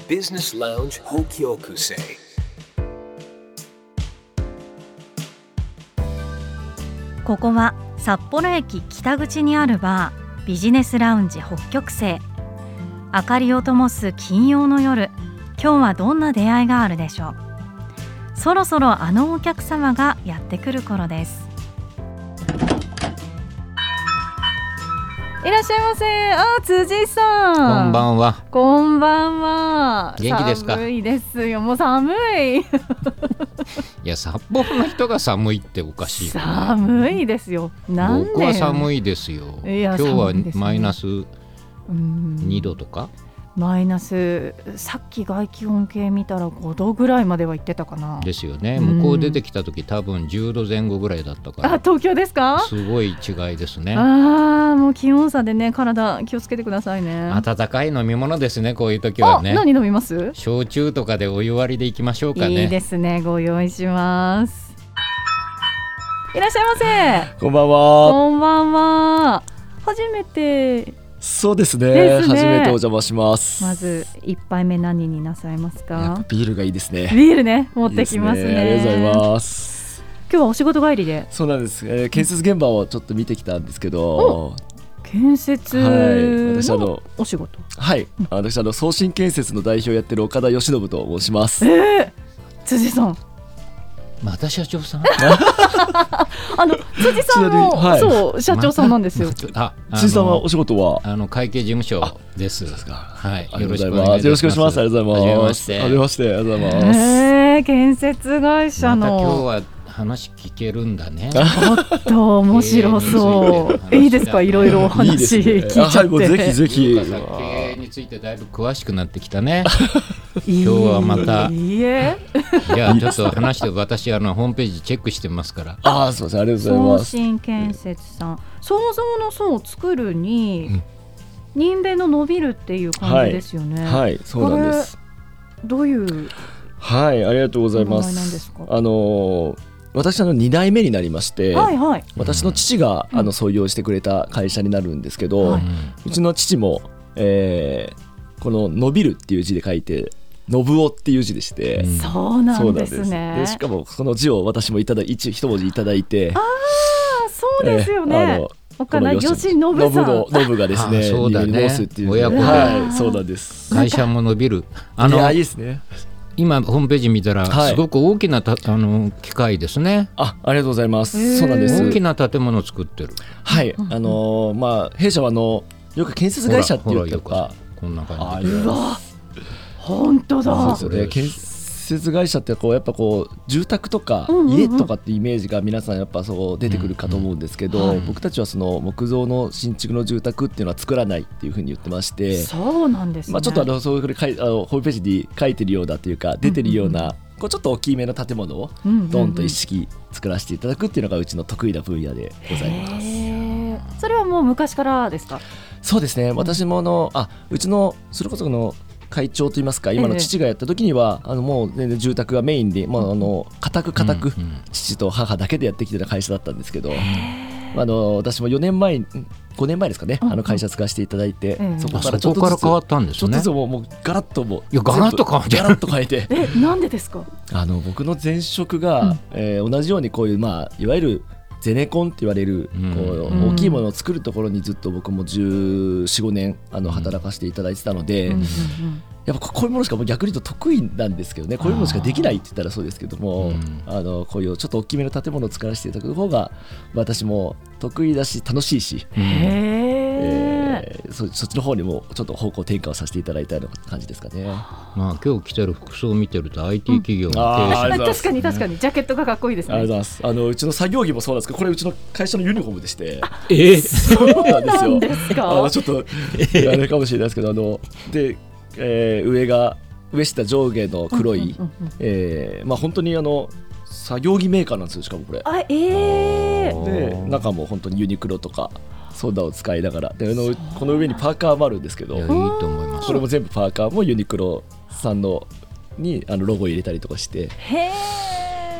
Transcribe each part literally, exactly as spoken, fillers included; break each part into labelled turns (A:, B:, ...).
A: Business Lounge Hokyokusei。
B: ここは札幌駅北口にあるバー、ビジネスラウンジ北極星。明かりを灯す金曜の夜、今日はどんな出会いがあるでしょう。そろそろあのお客様がやってくる頃です。いらっしゃいませ。あ、辻さん、
C: こんばんは。
B: こんばんは。
C: 元気ですか？
B: 寒いですよ。もう寒い。
C: いや、札幌の人が寒いっておかしい、ね、
B: 寒いですよ。なんで？
C: 僕は寒いですよ。
B: いや、
C: 今日は
B: 寒いですね。
C: マイナスにどとか、
B: マイナス、さっき外気温計見たらごどぐらいまでは行ってたかな。
C: ですよね。向こう出てきた時多分じゅうどぜん後ぐらいだったから。
B: あ、東京ですか？
C: すごい違いですね。
B: ああ、もう気温差でね、体気をつけてくださいね。
C: 温かい飲み物ですね、こういう時はね。
B: あ、何飲みます？
C: 焼酎とかでお湯割りでいきましょうかね。
B: いいですね、ご用意します。いらっしゃいませ。
D: こんばんは。
B: こんばんは。初めて
D: そうですね。
B: ですね。
D: 初めてお邪魔します。
B: まず一杯目何になさいますか？
D: ビールがいいですね。
B: ビールね、持ってきますね。
D: いいですね。ありがとうございます。
B: 今日はお仕事帰りで。
D: そうなんです、えー、建設現場をちょっと見てきたんですけど、
B: 建設のお仕事。
D: はい、私あの送信建設の代表をやってる岡田義信と申します。
B: えー、辻さん、
C: また社長さん
B: あの辻さんも、はい、そう社長さんなんですよ。
D: あ、辻さんはお仕事は
C: あの会計事務所です。
D: はい、よろしくお願いします。よろしくお願いします。ありがとうございます。はじめまして。ありがとうございます。
B: えー、建設会社の。
C: また今日は話聞けるんだね。
B: ちょっと面白そう。いいですか、いろいろお話聞いちゃって。
D: はい、ぜひぜひ。
C: 酒についてだいぶ詳しくなってきたね。今日はまた。
B: いいえ。
C: いや、ちょっと話して私あのホームページチェックしてますから。
D: ああ、そうです。ありがとうございます。
B: 送信建設さん、創造の層を作るに、うん、人弁の伸びるっていう感じですよね。
D: はい、はい、そうなんです。
B: どういう。
D: はい、ありがとうございます。あのー私のに代目になりまして、はいはい、私の父が、うん、あの創業してくれた会社になるんですけど、はい、うちの父も、えー、この伸びるっていう字で書いてのぶおっていう字でして、うん、
B: そうなんですね。
D: でしかもその字を私もいただ一一文字いただいて、
B: ああ、そうですよね、えー、あの岡田義信さんの
D: ぶがですね、
C: そうだね、
D: っていう
C: 親子で、
D: はい、そうなんです。
C: 会社も伸びる。
D: あのいや、いいですね。
C: 今ホームページ見たら、はい、すごく大きなたあの機械ですね。
D: あ、ありがとうございます。そうなんです。
C: 大きな建物を作ってる。
D: はい、あのー、まあ弊社はあのよく建設会社っていうか、
C: こんな感じ。
B: うわ、本当だ。
D: そうですね。建設会社ってこうやっぱこう住宅とか家とかってイメージが皆さんやっぱそう出てくるかと思うんですけど、うんうん、僕たちはその木造の新築の住宅っていうのは作らないっていうふうに言ってまして、
B: そうなんですね。
D: まあ、ちょっとあのそういうふうにかいあのホームページに書いてるようだというか出てるような、うんうん、こうちょっと大きめの建物をドンと一式作らせていただくっていうのがうちの得意な分野でございます。
B: へ、それはもう昔からですか？
D: そうですね。私もあのあうちのそれこその会長といいますか、今の父がやった時には、ええ、あのもう全然住宅がメインで、まあ、あの固く固く父と母だけでやってきてた会社だったんですけど、あの私もよねんまえごねんまえですかね、あの会社使わせていただいて、
C: うん、
D: そこ
C: からちょっとずつ変わったんですね。
D: ちょっとずつもう、もうガラッともう
C: いやガラッと変わっ
D: ガラッと変えて
B: え、なんでですか？
D: あの僕の前職が、うん、えー、同じようにこういう、まあ、いわゆるゼネコンって言われる、うん、こう大きいものを作るところにずっと僕もじゅうよん、ごねんあの働かせていただいてたので、うんうんうん、やっぱこういうものしかもう逆に言うと得意なんですけどね、こういうものしかできないって言ったらそうですけども、うん、あのこういうちょっと大きめの建物を作らせていただく方が私も得意だし楽しいし、
B: へー、
D: えー、そ, そっちの方にもちょっと方向転換をさせていただいたような感じですかね。
C: まあ、今日着てる服装を見てると アイティー 企業の経営者、
B: うん、確かに確かにジャケットがかっこいいですね。
D: ありがとうございます。あのうちの作業着もそうなんですけど、これうちの会社のユニフォームでして、
C: えー、
D: そうなんですよ。
B: ですか？
D: あのちょっとあれかもしれないですけど、あので、えー、上が上下上下の黒い、うんうんうんうん、えーまあ、本当にあの作業着メーカーなんですよ。しかもこれ
B: あ、えー、
D: で中も本当にユニクロとかソーダを使いながらで、あのこの上にパーカーもあるんですけど、いや、いいと思います。これも全部パーカーもユニクロさんのにあのロゴ入れたりとかして、
B: へ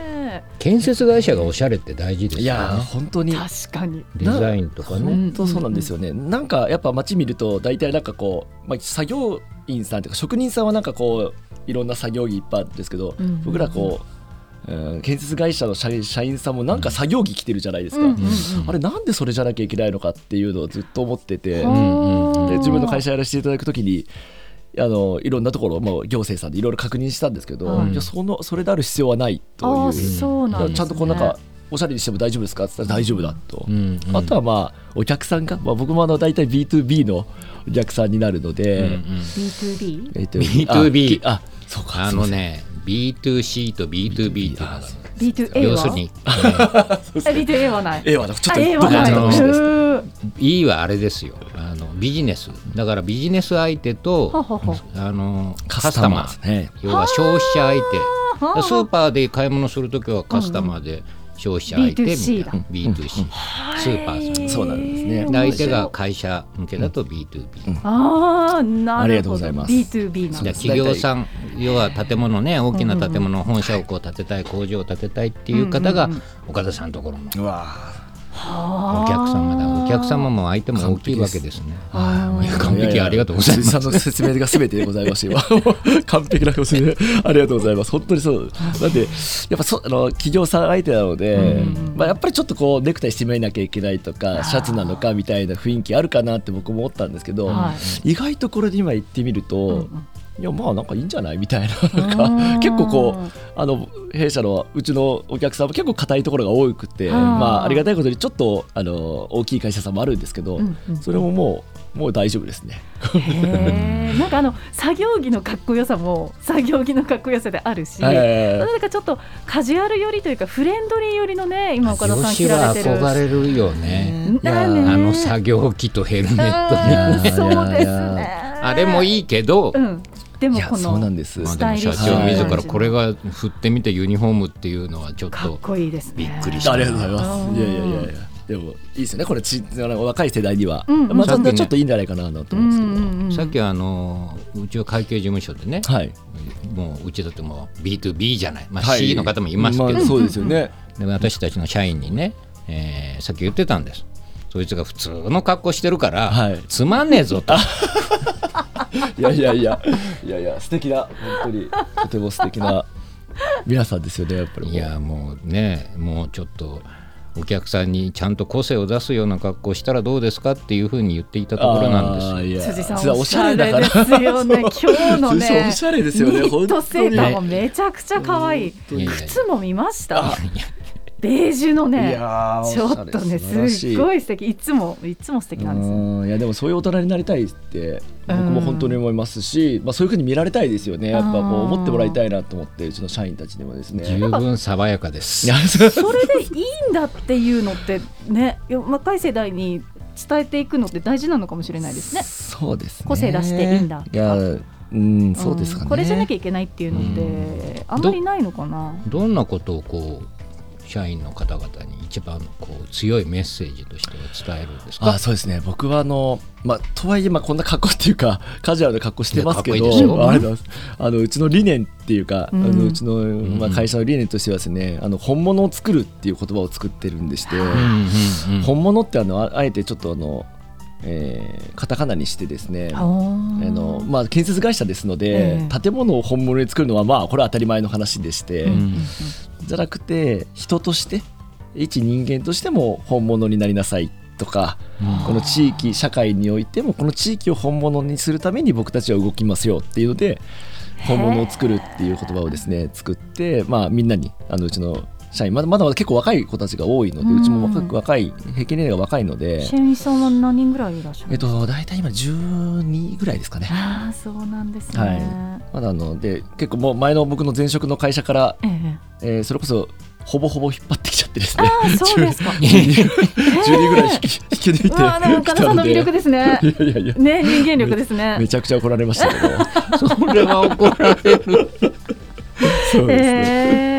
C: 建設会社がおしゃれって大事ですよね。
D: いや本当に
B: 確かに
C: デザインとかね。
D: 本当そうなんですよね、うんうんうん、なんかやっぱ街見ると大体なんかこう、まあ、作業員さんというか職人さんはなんかこういろんな作業着いっぱいあるんですけど、うんうんうん、僕らこう、うん、建設会社の社員、社員さんもなんか作業着着てるじゃないですか、うんうんうん、あれなんでそれじゃなきゃいけないのかっていうのをずっと思ってて、うんうん、で自分の会社やらせていただくときにあのいろんなところも行政さんでいろいろ確認したんですけど、うん、いや そのそれである必要はないという、
B: あそうなんですね、
D: ちゃんとこうなんかおしゃれにしても大丈夫ですかって言ったら大丈夫だと、うんうん、あとはまあお客さんが、まあ、僕もあの大体 ビーツービー のお客さんになるので、うんうん、ビ
B: ーツービー？
C: ビーツービー
D: あ, あそうか
C: あのね ビーツーシー と ビーツービー っていうのが
B: ビーツーエー は
C: 要するに、ね、
B: ビーツーエー はない
D: A はちょっとど
B: こか
D: かもしれないです。
C: E はあれですよ、あのビジネスだからビジネス相手と
B: ほほほ
C: あの
D: カスタマーですね、
C: 要は消費者相手、スーパーで買い物するときはカスタマーで消費者相手みたいな、
B: ビーツーシー だ
C: ビーツーシー、スーパーさん、
D: そうなんですね。
C: 相手が会社向けだと ビーツービー、うん、
B: ああなるほど、
D: ありがとうございます。
B: ビーツービー なんです。
C: 企業さん、要は建物ね、大きな建物、本社をこう建てたい、工場を建てたいっていう方が岡田さんのところの
D: うわ
C: お客様だ。お客様も相手も大きいわけですね。
D: 完
C: 璧、ありがとうございます。
D: 辻さんの説明が全てでございまして今完璧な説明ありがとうございます。本当にそうだって、やっぱそあの企業さん相手なので、うんまあ、やっぱりちょっとこうネクタイ締めなきゃいけないとかシャツなのかみたいな雰囲気あるかなって僕も思ったんですけど、はい、意外とこれで今言ってみると、うんうんいやまあなんかいいんじゃないみたい な, なんか結構こうあの弊社のうちのお客さんも結構硬いところが多くて、あ,、まあ、ありがたいことにちょっとあの大きい会社さんもあるんですけど、うんうん、それももうもう大丈夫ですね。
B: へなんかあの作業着のかっこよさも作業着のかっこよさであるし、なんかちょっとカジュアル寄りというかフレンドリー寄りのね、今岡田さん着られてる。
C: 女子は憧れるよね。あの作業着とヘルメットね。
B: そうですね。
C: あれもいいけど、
B: うんでもこの
C: スタイリッシュ、社長自らこれが振ってみてユニフォームっていうのはちょっと
B: かっこいいですね。
C: びっくりした。
D: ありがとうございます。いやいやいやいや、でもいいですよねこれち若い世代には、うんうんまあ、ちょっといいんじゃないかなと思うんですけど、うんうんうん、
C: さっきあのうちは会計事務所でね、はい、もううちだってもう ビーツービー じゃない、まあ、
D: はい、
C: C の方もいますけど、
D: まあ、そうですよね。
C: で私たちの社員にね、えー、さっき言ってたんです。そいつが普通の格好してるから、はい、つまんねえぞと
D: いやいやいやいやいや素敵な本当にとても素敵な皆さんですよね。やっぱりもう
C: いやもうねもうちょっとお客さんにちゃんと個性を出すような格好したらどうですかっていうふうに言っていたところなんですよ。
B: いや辻さんおしゃれですよね。今日のね
D: おしゃれですよね。
B: ニットセーターもめちゃくちゃ可愛い。靴も見ました。ベージュのねちょっとねすっごい素敵。いつもいつも素敵なんですよ。
D: いやでもそういう大人になりたいって僕も本当に思いますし、まあ、そういう風に見られたいですよね。やっぱこう思ってもらいたいなと思って、うちの社員たちにもですね
C: 十分爽やかです。
B: それでいいんだっていうのってね、若い世代に伝えていくのって大事なのかもしれないですね。
D: そうですね。
B: 個性出していいんだとか、いや
D: うんそうですかね、
B: うん、これじゃなきゃいけないっていうのってあんまりないのかな。
C: ど, どんなことをこう社員の方々に一番こう強いメッセージとしては伝えるんですか。
D: あそうですね。僕はあの、まあ、とはいえまあこんな格好っていうかカジュアルな格好してますけど、
C: いい
D: あのあのうちの理念っていうか、うん、あのうちの、まあ、会社の理念としてはですね、あの本物を作るっていう言葉を作ってるんでして、うんうんうん、本物ってあのあえてちょっとあのえー、カタカナにしてですね、あの、まあ、建設会社ですので、えー、建物を本物に作るのはまあこれは当たり前の話でして、うん、じゃなくて人として一人間としても本物になりなさいとか、うん、この地域社会においてもこの地域を本物にするために僕たちは動きますよっていうので本物を作るっていう言葉をですね作って、まあ、みんなにあのうちの社員まだまだ結構若い子たちが多いので、うちも 若, 若い平均年齢が若いので。
B: 社員さんは何人ぐらいいらっしゃるんですか。
D: えっと、大体今じゅうにぐらいですかね。
B: ああそうなんですね、
D: はい、まだあので結構もう前の僕の前職の会社から、えええー、それこそほぼほぼ引っ張ってきちゃってですね。
B: あそうですか。
D: じゅうにぐらい引き引き抜いてきたので。
B: 岡田さんの魅力ですね。
D: いやいやいや
B: ね人間力ですね。
D: め, めちゃくちゃ怒られましたけど。
C: それは怒られる。
D: そうですね。
B: えー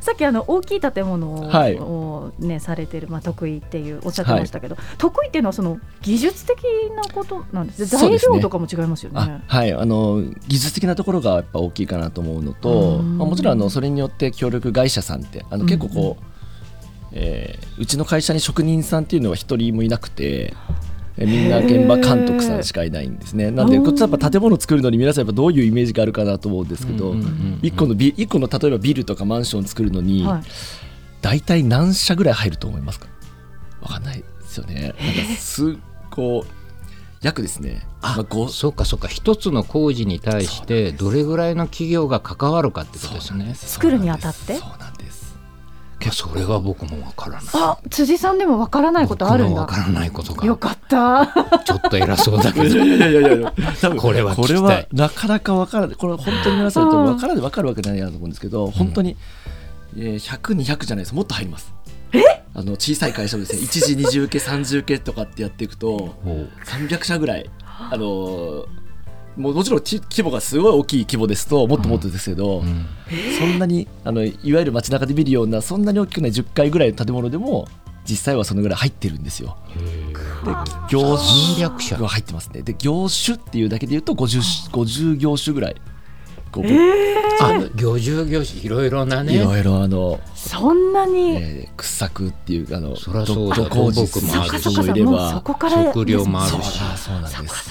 B: さっきあの大きい建物
D: はい
B: を、ね、されてる、まあ、得意っていうおっしゃってましたけど、はい、得意っていうのはその技術的なことなんですね。材料とかも違いますよね。
D: あ、はい、あの技術的なところがやっぱ大きいかなと思うのと、まあ、もちろんあのそれによって協力会社さんってあの結構こう、うんうんえー、うちの会社に職人さんっていうのは一人もいなくて、えみんな現場監督さんしかいないんですね。なんでこっちやっぱ建物を作るのに皆さんやっぱどういうイメージがあるかなと思うんですけど、一個のビ一個の例えばビルとかマンションを作るのに、はい、大体何社ぐらい入ると思いますか？わかんないですよね。なんかすこう約ですね、
C: あ、まあ、そうかそうか、一つの工事に対してどれぐらいの企業が関わるかってことですね。
B: 作るにあたって。
D: そうなんです。
C: それは僕もわからない。
B: あ、辻さんでもわからないことあるんだ。
C: 僕もわからないことが。
B: よかった。ち
C: ょっと偉そうだけど。
D: いやいやいやいや、多分
C: これは聞きたい。
D: これはなかなかわからない。これ本当に皆さんとわからないわかるわけないなと思うんですけど、本当に、うん、えー、ひゃく、にひゃくじゃないです。もっと入ります。
B: え？
D: あの小さい会社ですね。いち次に次受けさん次受けとかってやっていくとさんびゃく社ぐらい、あのー。も, もちろん規模がすごい大きい規模ですともっともっとですけど、うんうん、そんなにあのいわゆる街中で見るようなそんなに大きくないじゅっかいぐらいの建物でも実際はそのぐらい入ってるんですよ。で業種が入ってますね。で業種っていうだけでいうと 50, 50業種ぐらい。
C: えー、あ業種業種いろいろなね、
D: いろいろあの
B: そんなに、
D: えー、掘削っていうあの
C: そりゃそうだ、
D: 土工事もある人もいれば
B: そこから
C: 食料もあるし、
D: そうなんです。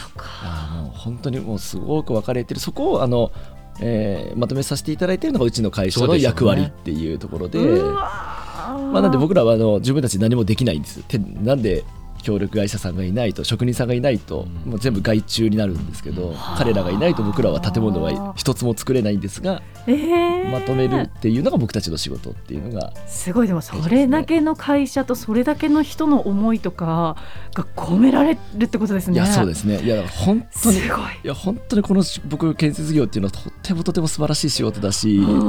D: あもう本当にもうすごく分かれてる。そこをあの、えー、まとめさせていただいているのがうちの会社の役割っていうところで、で、まあ、なんで僕らはあの自分たち何もできないんです。てなんで協力会社さんがいないと職人さんがいないと、うん、もう全部外注になるんですけど、うん、彼らがいないと僕らは建物は一つも作れないんですが、えー、まとめるっていうのが僕たちの仕事っていうのが
B: すごい。でもそれだけの会社とそれだけの人の思いとかが込められるってことですね。
D: いやそうですね。いや本当に
B: すごい。
D: いや本当にこの僕建設業っていうのはとってもとても素晴らしい仕事だし、うん、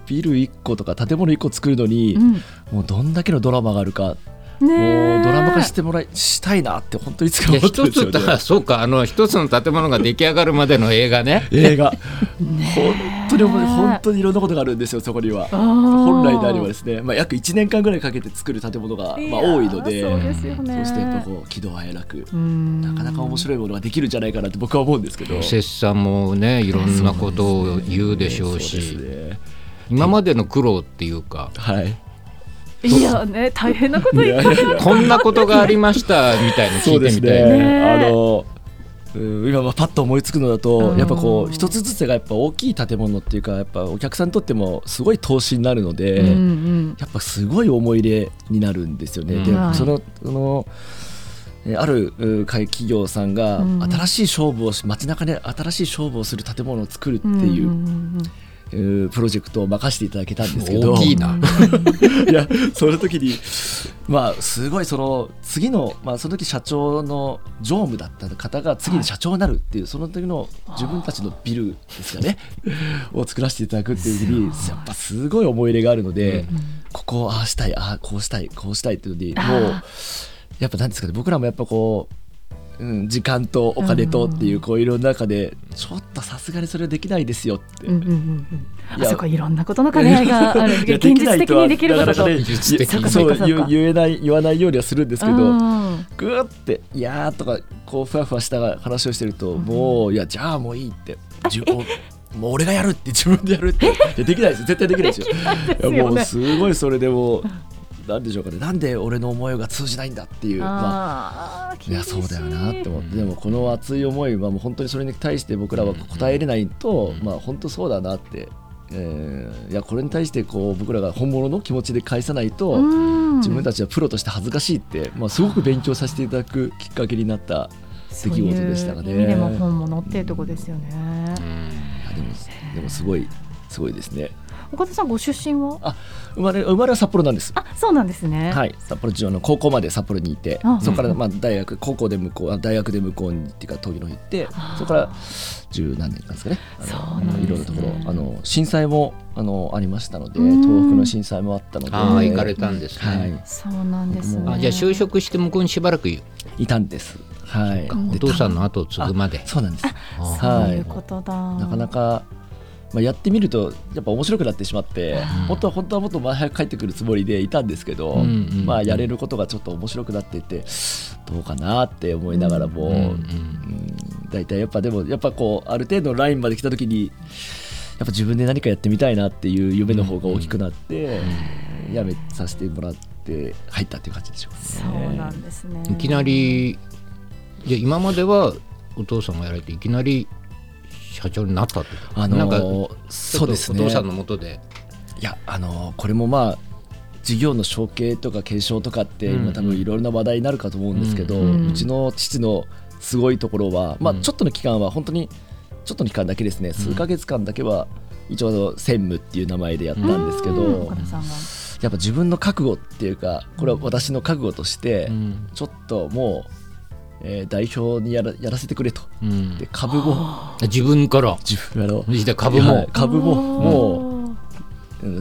D: ビルいっことか建物いっこ作るのに、うん、もうどんだけのドラマがあるか。もうドラマ化してもらいしたいなって本当にいつか思ってるんですよね。
C: 一つそうか、あの一つの建物が出来上がるまでの映画ね。
D: 映画本当に本当にいろんなことがあるんですよ。そこには本来であればですね、まあ、約いちねんかんぐらいかけて作る建物がまあ多いので、
B: そうですよね。
D: そうしてやっぱこう喜怒哀楽なかなか面白いものができるんじゃないかなって僕は思うんですけど、
C: 施設さんもねいろんなことを言うでしょうし、そうですね、今までの苦労っていうか、
D: はい、
B: いやね、大変なこと言って
C: こんなことがありましたみたいな聞いてみたいな、
D: ね、あの今パッと思いつくのだと、やっぱこう一つずつがやっぱ大きい建物っていうかやっぱお客さんにとってもすごい投資になるので、うんうん、やっぱすごい思い入れになるんですよね、うん、でその、そのある企業さんが新しい勝負をし街中で新しい勝負をする建物を作るっていう、うんうんうんプロジェクトを任せていただけたんですけど、
C: 大きいな
D: いやその時にまあすごいその次の、まあ、その時社長の常務だった方が次に社長になるっていう、その時の自分たちのビルですかねを作らせていただくっていう時にやっぱすごい思い入れがあるので、うん、ここをああしたい、ああこうしたいこうしたいっていうのにもうやっぱ何ですかね、僕らもやっぱこううん、時間とお金とっていうこういろんな中でちょっとさすがにそれはできないですよって、うんうんうん、
B: あそこいろんなことの兼ね合いがある現実的にできることと
D: そう言えない言わないようにはするんですけど、グーっていやーとかこうふわふわした話をしてると、うん、もういやじゃあもういいってもう俺がやるって自分でやるってできないですよ、絶対できないですよ。いやもうすごいそれでもなんでしょうかね、なんで俺の思いが通じないんだっていう、まあ、いやそうだよなって思って、でもこの熱い思いはもう本当にそれに対して僕らは答えれないと、まあ本当そうだなって、えー、いやこれに対してこう僕らが本物の気持ちで返さないと自分たちはプロとして恥ずかしいって、まあ、すごく勉強させていただくきっかけになった出来事でしたかね。
B: そういう意味でも本物っていうところですよね。うん、いや
D: でもでもすごいすごいですね。
B: 岡田さんご出身は？あ
D: 生まれ生まれは札幌なんです。
B: あ、そうなんですね。
D: はい、札幌中の高校まで札幌にいて、そこからまあ大学高校で向こう大学で向こうにっていうか東京の方に行って、そこから十何年間ですかね。あのいろいろなところあの震災もあのありましたので、東北の震災もあったので、
C: あ行かれたんですね。
D: はい、
B: そうなんですね。
C: あじゃあ就職して向こうにしばらくい
D: たんです。はい。
C: お父さんの後を継ぐまで。
D: そうなんです。
B: そういうことだ。
D: なかなかまあ、やってみるとやっぱ面白くなってしまって、うん、本当は本当はもっと早く帰ってくるつもりでいたんですけど、うんうんうん、まあ、やれることがちょっと面白くなっていてどうかなって思いながらも、うんうんうん、だいたいやっぱでもやっぱこうある程度のラインまで来た時にやっぱ自分で何かやってみたいなっていう夢の方が大きくなって、うんうん、やめさせてもらって入ったっていう感じでしょうね。
B: そうなんですね。
C: いきなりじゃ今まではお父さんがやられていきなり社長になったってこと、
D: あのー、
C: なんか
D: そうですね、
C: お父さんの下で
D: いや、あのー、これもまあ事業の承継とか継承とかって今多分いろいろな話題になるかと思うんですけど、うんうん、うちの父のすごいところは、まあ、ちょっとの期間は本当にちょっとの期間だけですね、数ヶ月間だけは一応専務っていう名前でやったんですけど、うん、やっぱ自分の覚悟っていうかこれは私の覚悟としてちょっともうえー、代表にや ら, やらせてくれと、うん、で株も
C: 自分から
D: 自分やろう
C: 株も
D: 株ももう、うん、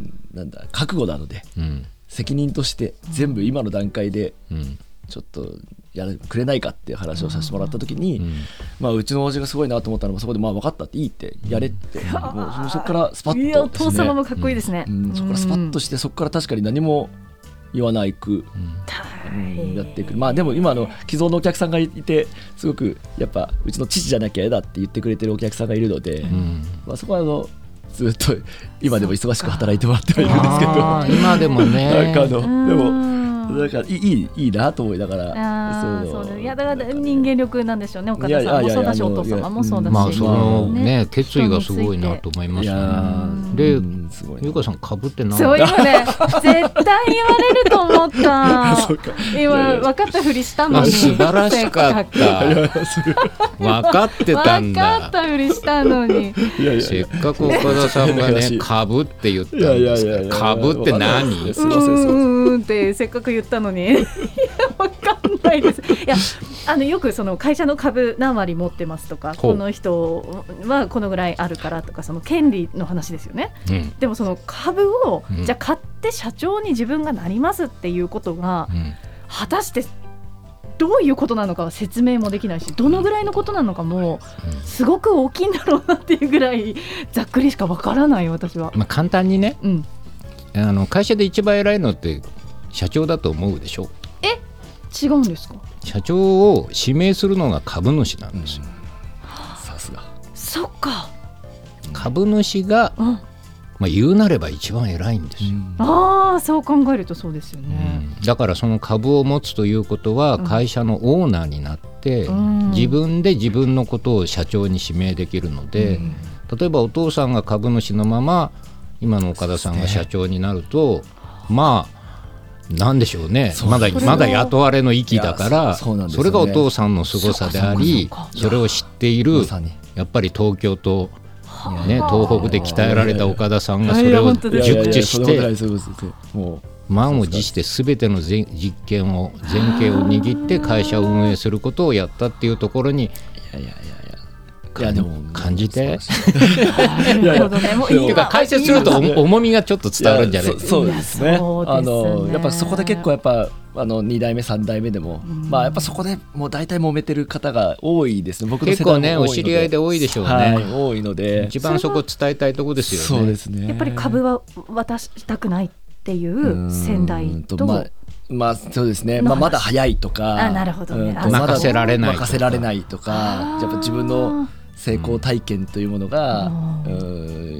D: なんだ覚悟なので、うん、責任として全部今の段階でちょっとやらくれないかっていう話をさせてもらった時に、うんまあ、うちの親父がすごいなと思ったのもそこでまあ分かったっていいってやれって、うん、もうそこからスパッと、ね、
B: いやお父様もかっこいいですね、
D: うんうん、そこからスパッとしてそこから確かに何も言わないく、うん、やっていく。まあでも今の既存のお客さんがいてすごくやっぱうちの父じゃなきゃ嫌だって言ってくれてるお客さんがいるので、うんまあ、そこはあのずっと今でも忙しく働いてもらってはいるんですけど
C: 今でもね
D: なんかあのでもだからいいいいなと思いながら
B: あそうそういやだから人間力なんでしょうね。岡田さんもそうだしお父様もそうだし、
C: まあそのね、ね決意がすごいなと思いましたね。で優香さん株って何
B: そう今ね絶対言われると思った今分かったふりしたのに
C: 素晴らしかった分かってたんだ
B: 分かったふりしたのに
C: いやいやせっかく岡田さんがね株って言ったんですから株って何
B: すいませんうんってせっかく言ったのにいや分かんないです。いやあのよくその会社の株何割持ってますとかこの人はこのぐらいあるからとかその権利の話ですよね、うん、でもその株を、うん、じゃあ買って社長に自分がなりますっていうことが、うん、果たしてどういうことなのかは説明もできないしどのぐらいのことなのかもすごく大きいんだろうなっていうぐらいざっくりしかわからない私は、
C: まあ、簡単にね、うん、あの会社で一番偉いのって社長だと思うでしょ。
B: え違うんですか。
C: 社長を指名するのが株主なんですよ、うん
D: はあ、さすが
B: そっか
C: 株主が、うんまあ、言うなれば一番偉いんですよ、うん、
B: ああそう考えるとそうですよね、
C: うん、だからその株を持つということは会社のオーナーになって、うん、自分で自分のことを社長に指名できるので、うん、例えばお父さんが株主のまま今の岡田さんが社長になると、まあなんでしょうねまだまだ雇われの域だから そ, う そ, う、ね、それがお父さんの凄さであり そ, それを知っているやっぱり東京と、ね、東北で鍛えられた岡田さんがそれを熟知して満を持して全ての実験を前景を握って会社を運営することをやったっていうところにいやいやいやいやでも感じて解説すると重みがちょっと伝わるんじゃないですか。
D: そうですね。あのやっぱそこで結構やっぱあのに代目さん代目でも、うん、まあやっぱそこでもう大体揉めてる方が多いですね。僕の世代も多いので
C: 結構ねお知り合いで多いでしょうね、はい、
D: 多いので
C: 一番そこ伝えたいところですよね。
D: そうですね。
B: やっぱり株は渡したくないっていう先代と
D: まあまあそうですね、まあ、まだ早いとか
B: あなるほど、ね、
C: うん、任せられないとか
D: 任せられないとかやっぱ自分の成功体験というものが、うん、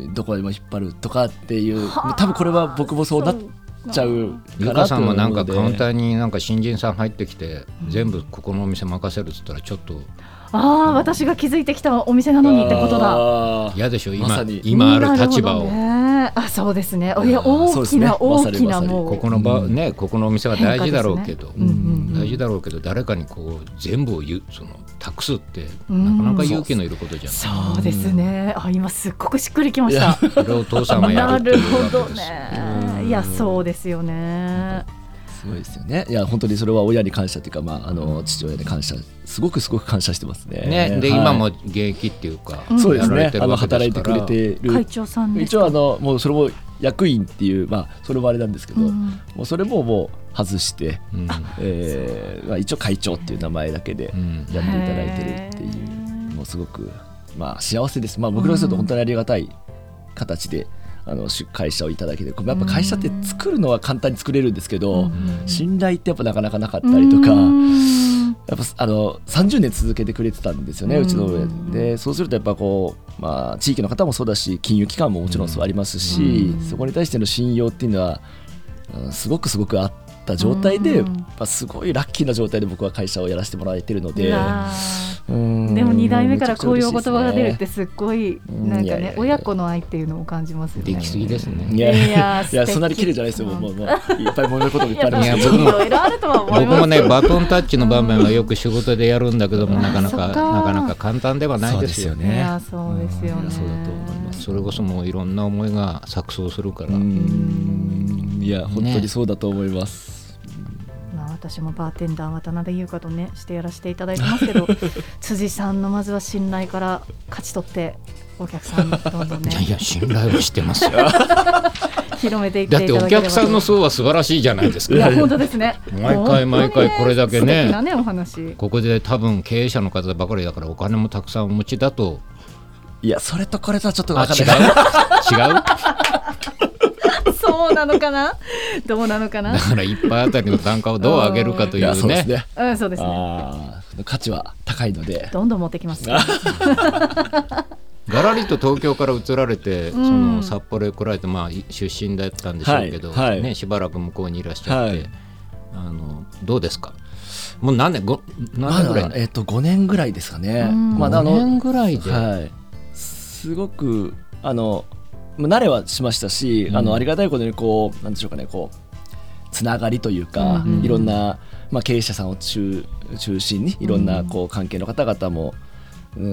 D: どこでも引っ張るとかっていう多分これは僕もそうなっちゃうかなと思うので。ゆか
C: さんもなんかカウンターになんか新人さん入ってきて、うん、全部ここのお店任せるっつったらちょっと
B: ああ、うん、私が気づいてきたお店なのにってことだ。
C: 嫌でしょ 今,、ま、今ある立場を、
B: ね、あそうですね。いや大きな、ね、大きなもう
C: ここの場、ね、ここのお店は大事だろうけど、ねうんうん、大事だろうけど誰かにこう全部を言うその託すってなかなか勇気のいることじゃない。
B: そうですね。あ今すっごくしっくりきました。
C: それをお父さんがやるっていうわけです。
B: なるほどね。いやそうですよね。
D: すごいですよね。いや本当にそれは親に感謝というか、まあ、あの父親に感謝すごくすごく感謝してますね。
C: ねで、はい、今も現役っていうか、
D: うん、そうですね。あの働いてくれてる
B: 会長さんですか。
D: 一応あのもうそれも役員っていう、まあ、それもあれなんですけど、うん、もうそれももう外して、うんえーまあ、一応会長っていう名前だけでやっていただいてるっていう、うん、もうすごくまあ、幸せです、まあ、僕らすると本当にありがたい形で、うん、あの会社をいただけて、やっぱ会社って作るのは簡単に作れるんですけど、うん、信頼ってやっぱなかなかなかったりとか、やっぱあのさんじゅうねん続けてくれてたんですよね、うちの上で。そうするとやっぱこう、まあ、地域の方もそうだし金融機関ももちろんそうありますし、そこに対しての信用っていうのは、うん、すごくすごくあった状態で、まあ、すごいラッキーな状態で僕は会社をやらせてもらえてるので、
B: うんでもに代目からこういうお言葉が出るってすっごいなんかね、親子の愛っていうのを感じますよね。
C: できすぎですね。
D: いやいやいや、そんなに綺麗じゃないですよ。もうもういっぱい揉めることもいっぱいあります
B: けど、いろいろあるとは思います。
C: 僕もねバトンタッチの場面はよく仕事でやるんだけども、なかなかなかなか簡単ではないですよね。
B: いやそうですよね。
D: そうだと思います。
C: それこそもういろんな思いが錯綜するから。う
D: んいや本当にそうだと思います。
B: 私もバーテンダー渡辺優香とねしてやらせていただいてますけど辻さんのまずは信頼から勝ち取ってお客さんにどんどんね
C: いやいや信頼はしてますよ
B: 広めていっていただければ。
C: だってお客さんの層は素晴らしいじゃないですか。
B: いや本当ですね。
C: 毎回毎回これだけね、
B: 素敵なねお話。
C: ここで多分経営者の方ばかりだからお金もたくさんお持ちだと。
D: いやそれとこれとはちょっと分かんない。
C: 違う違う
B: そうなのかなどうなのかな。
C: だから一杯あたりの単価をどう上げるかというね。
D: そうですね、
B: うん、そうですね。
D: あ価値は高いので
B: どんどん持ってきます
C: ガラリと東京から移られて、うん、その札幌へ来られて、まあ、出身だったんでしょうけど、はいはいね、しばらく向こうにいらっしゃって、はい、あのどうですか。もう何年ご何年ぐらい、
D: まだえー、とごねんぐらいですかね。
C: まだごねんぐらいで、
D: はい、すごくあの慣れはしましたし、うん、あのありがたいことにこうなんでしょうかね、こうつながりというか、うんうん、いろんな、まあ、経営者さんを 中, 中心にいろんなこう関係の方々も、うん、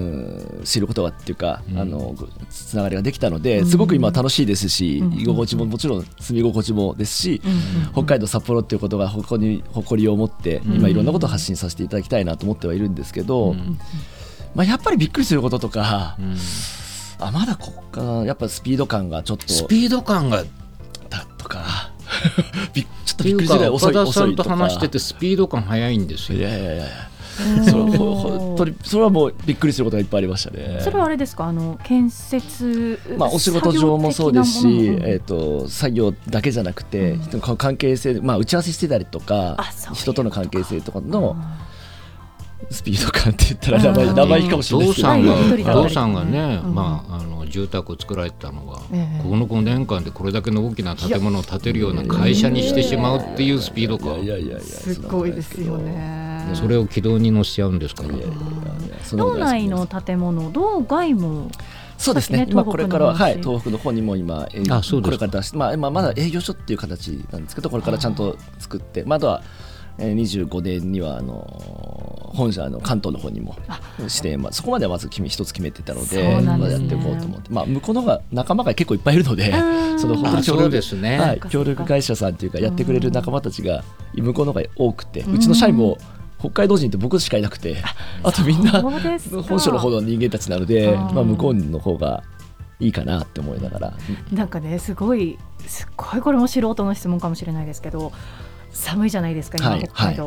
D: 知ることがっていうか、うん、あのつながりができたのですごく今楽しいですし、うん、居心地ももちろん住み心地もですし、うん、北海道札幌っていうことが誇り、誇りを持って今いろんなことを発信させていただきたいなと思ってはいるんですけど、うんまあ、やっぱりびっくりすることとか、うんあまだここかやっぱスピード感がちょっと
C: スピード感が
D: だとかちょっとびっくりするぐらい遅い
C: 岡田さんと話しててスピード感速いんですよ。
D: いやいやいやそれ本当にそれはもうびっくりすることがいっぱいありましたね。
B: それはあれですか、あの建設、
D: まあ、お仕事上もそうですし、えー、と作業だけじゃなくて、うん、関係性、まあ、打ち合わせしてたりとか人との関係性とかのスピード感って言ったら名前生意気かもしれないですけど、
C: お父さんがね、うんまあ、あの住宅を作られてたのが、えー、このごねんかんでこれだけの大きな建物を建てるような会社にしてしまうっていうスピード感、
B: すごいですよね。
C: それを軌道に乗せちゃうんですから。
B: 道内の建物、道外も
D: そうですね、今これからは、はい、東北の方にも今あこれから出して、まあ、まだ営業所っていう形なんですけど、これからちゃんと作って、まだはにじゅうごねんにはあの本社の関東の方にもして、まあ、そこまではまず決め一つ決めてたの で, で、ねまあ、やっていこうと思って、まあ、向こうの方が仲間が結構いっぱいいるので、その本当に協力、ですねはい、協力会社さんというかやってくれる仲間たちが向こうの方が多くて、うちの社員も北海道人って僕しかいなくて、あとみんな本社の方の人間たちなので、まあ、向こうの方がいいかなって思いながら、
B: なんかねすごいすっごいこれも素人の質問かもしれないですけど、寒いじゃないですか今、はい、北海道、はい、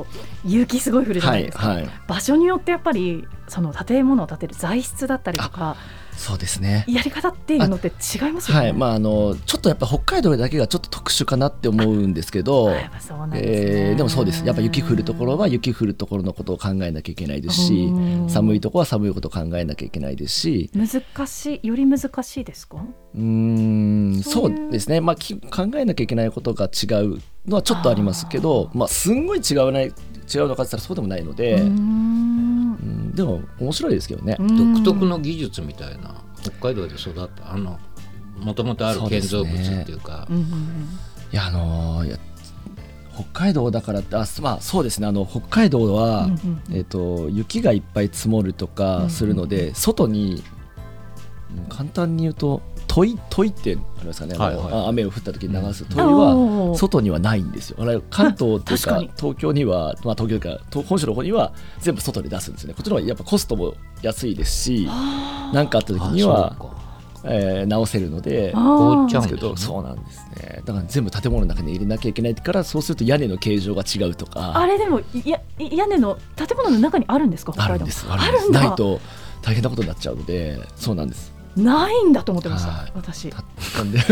B: 雪すごい降るじゃないですか、はいはい、場所によってやっぱりその建物を建てる材質だったりとか、
D: そうですね、
B: やり方っていうのって違いますよね。
D: はい、まあ、あのちょっとやっぱ北海道だけがちょっと特殊かなって思うんですけど、
B: やっぱそうなんですね。
D: えー、でもそうです、やっぱ雪降るところは雪降るところのことを考えなきゃいけないですし、寒いところは寒いことを考えなきゃいけないですし、
B: 難しいより難しいですか。
D: うーんそういうそうですね、まあ、き考えなきゃいけないことが違うのはちょっとありますけど、まあ、すんごい違うない違うのかって言ったらそうでもないので、うーんうんでも面白いですけどね。
C: 独特の技術みたいな、北海道で育ったあのもともとある建造物っていうか、
D: そうですね、いやあのー、いや北海道だからってあ、まあ、そうですね、あの北海道は、うんうん、えーと、雪がいっぱい積もるとかするので、うんうん、外に簡単に言うと問い問いってありますかね、はいはい、雨を降った時に流す問いは外にはないんですよ。あれ関東というか東京には、まあ、東京というか本州の方には全部外に出すんですね。こっちの方がやっぱコストも安いですし、何かあった時にはえー、直せるので
C: 凍っちゃうんですけ
D: ど、そうなんですね。だから全部建物の中に入れなきゃいけないから、そうすると屋根の形状が違うとか。
B: あれでもや屋根の建物の中にあるんですか。北海道
D: あるんです、あるんです。ないと大変なことになっちゃうので、そうなんです。
E: ないんだと思ってました、
D: はい、
E: 私。
D: なんで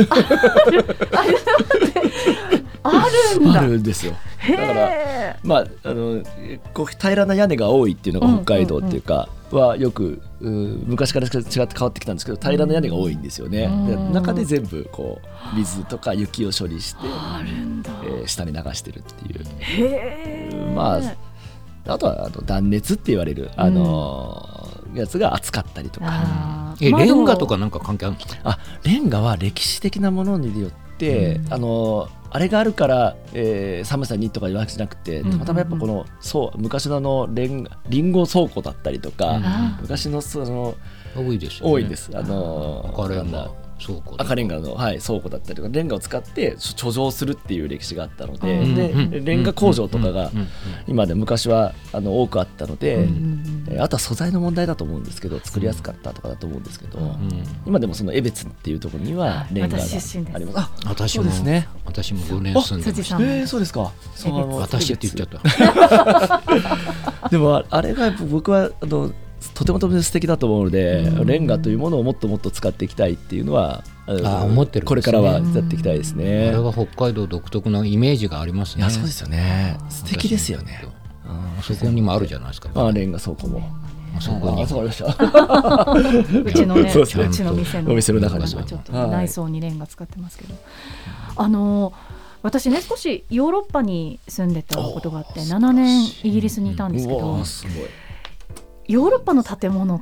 E: あるんだ。
D: あるんですよ。だからまああのこう平らな屋根が多いっていうのが北海道っていうかはよく、う昔から違って変わってきたんですけど、平らな屋根が多いんですよね。で中で全部こう水とか雪を処理して、
E: あるんだ、
D: えー、下に流してるっていう。
E: へー。
D: まああとはあの断熱って言われる、あのー、やつが熱かったりとか。
C: えレンガとかなんか関係あるんですか？
D: あ、レンガは歴史的なものによって、うん、あのあれがあるから、えー、寒さにとかいうわけじゃなくて、たまたまやっぱこのそう昔のあのレンガリンゴ倉庫だったりとか、うん、昔のその
C: 多いですよね。
D: 多いんです。あの
C: 赤レンガ倉庫
D: 赤レンガの、はい、倉庫だったりとかレンガを使って貯蔵するっていう歴史があったので、
C: うん、
D: で、
C: うん、
D: レンガ工場とかが今で昔はあの多くあったので、うん、あとは素材の問題だと思うんですけど、作りやすかったとかだと思うんですけど、うん、今でもその江別っていうところにはレンガがあります。あ、
C: 私もですね。私もごねん住んでました。
D: えー、そうですか。そうあの
C: 私って言っちゃった
D: でもあれが僕はあのとてもとても素敵だと思うので、うん、レンガというものをもっともっと使っていきたいっていうのは
C: あ思ってるんですね。
D: これからはやっていきたいですね。
C: あれは北海道独特のイメージがありますね。
D: いやそうですよね。素敵ですよね。
C: あそこにもあるじゃないですか。
D: あレンガ倉庫も
C: あそこに
E: うちのね、うちの店の
D: お店の中に
E: ちょっと内装にレンガ使ってますけど、あの私ね少しヨーロッパに住んでたことがあってななねんイギリスにいたんですけど、
D: すごい
E: ヨーロッパの建物って、